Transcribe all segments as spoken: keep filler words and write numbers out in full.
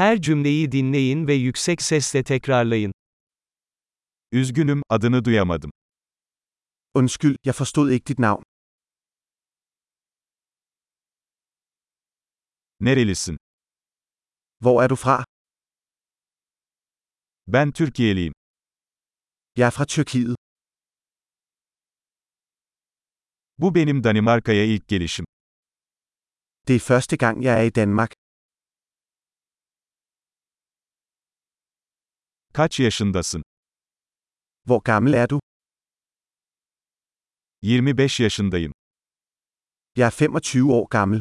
Her cümleyi dinleyin ve yüksek sesle tekrarlayın. Üzgünüm, adını duyamadım. Undskyld, jeg forstod ikke dit navn. Nerelisin? Hvor er du fra? Ben Türkiye'liyim. Jeg er fra Tyrkiet. Bu benim Danimarka'ya ilk gelişim. Det er første gang, jeg er i Danmark. Kaç yaşındasın? Hvor gammel er du? yirmi beş yaşındayım. Jeg er femogtyve år gammel.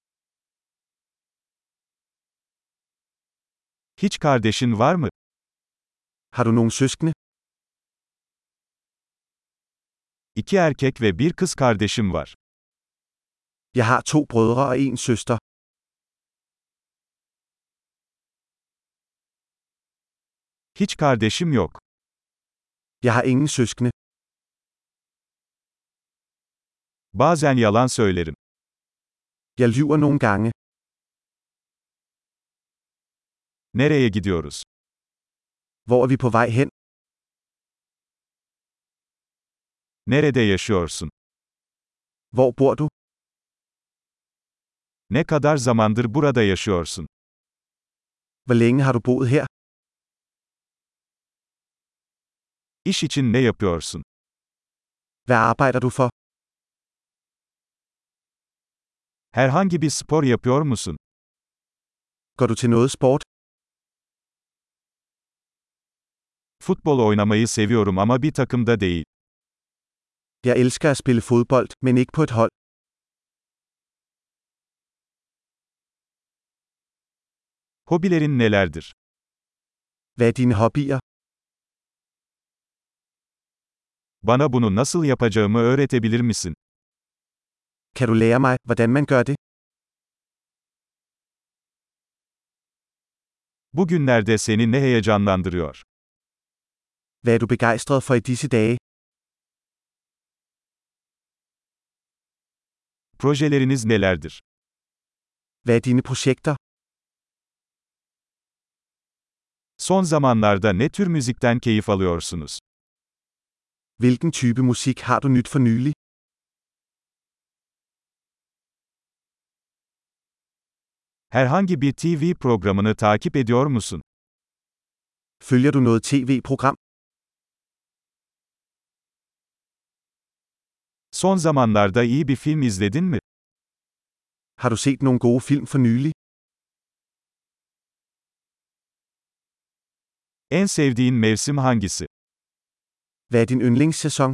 Hiç kardeşin var mı? Har du nogle søskende? İki erkek ve bir kız kardeşim var. Jeg har to brødre og en søster. Hiç kardeşim yok. Jeg har ingen søskende. Bazen yalan söylerim. Jeg lyver nogle gange. Nereye gidiyoruz? Hvor er vi på vej hen? Nerede yaşıyorsun? Hvor bor du? Ne kadar zamandır burada yaşıyorsun? Hvor længe har du boet her? İş için ne yapıyorsun? Hvad arbejder du for? Herhangi bir spor yapıyor musun? Går du til noget sport? Futbol oynamayı seviyorum ama bir takımda değil. Jeg elsker at spille fodbold, men ikke på et hold. Hobilerin nelerdir? Hvad er dine hobbyer? Bana bunu nasıl yapacağımı öğretebilir misin? Kan du lære mig, hvordan man gør det? Bugünlerde seni ne heyecanlandırıyor? Hvad er du begejstret for i disse dage? Projeleriniz nelerdir? Hvad er dine projekter? Son zamanlarda ne tür müzikten keyif alıyorsunuz? Hvilken type musik har du nyt for nylig? Herhangi bir T V programını takip ediyor musun? Følger du noget T V-program? Son zamanlarda iyi bir film izledin mi? Har du set nogle gode film for nylig? En sevdiğin mevsim hangisi? Hvad er din yndlingssæson?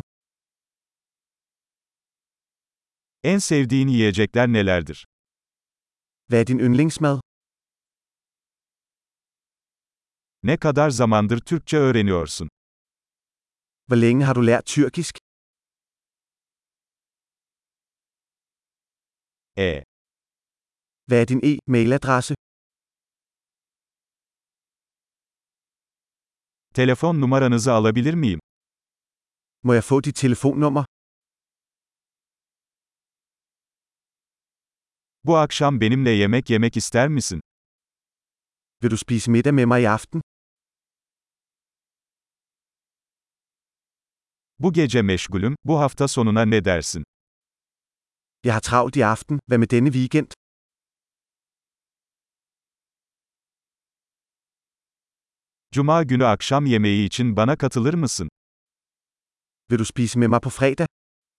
En sevdiğin yiyecekler nelerdir? Hvad er din yndlingsmad? Ne kadar zamandır Türkçe öğreniyorsun? Hvor længe har du lært tyrkisk? E. Hvad er din e-mailadresse? Telefon numaranızı alabilir miyim? Må jeg få dit telefonnummer? Bu akşam benimle yemek yemek ister misin? Vil du spise middag med mig i aften? Bu gece meşgulüm, bu hafta sonuna ne dersin? Jeg har travlt i aften, hvad med denne weekend? Cuma günü akşam yemeği için bana katılır mısın? Vil du spise med mig på fredag?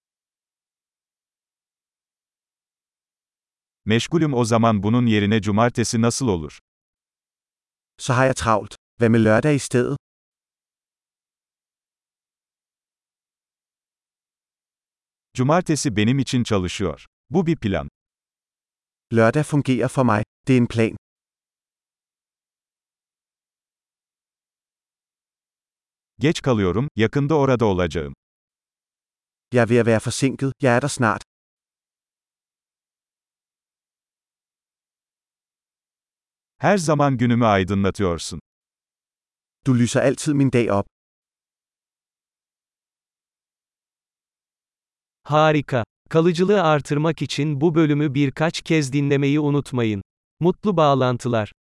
Meşgulüm o zaman bunun yerine cumartesi nasıl olur? Så har jeg travlt. Hvad med lørdag i stedet? Cumartesi benim için çalışıyor. Bu bir plan. Lørdag fungerer for mig. Det er en plan. Geç kalıyorum, yakında orada olacağım. Jeg er ved at være forsinket. Jeg er der snart. Her zaman günümü aydınlatıyorsun. Du lyser altid min dag op. Harika. Kalıcılığı artırmak için bu bölümü birkaç kez dinlemeyi unutmayın. Mutlu bağlantılar.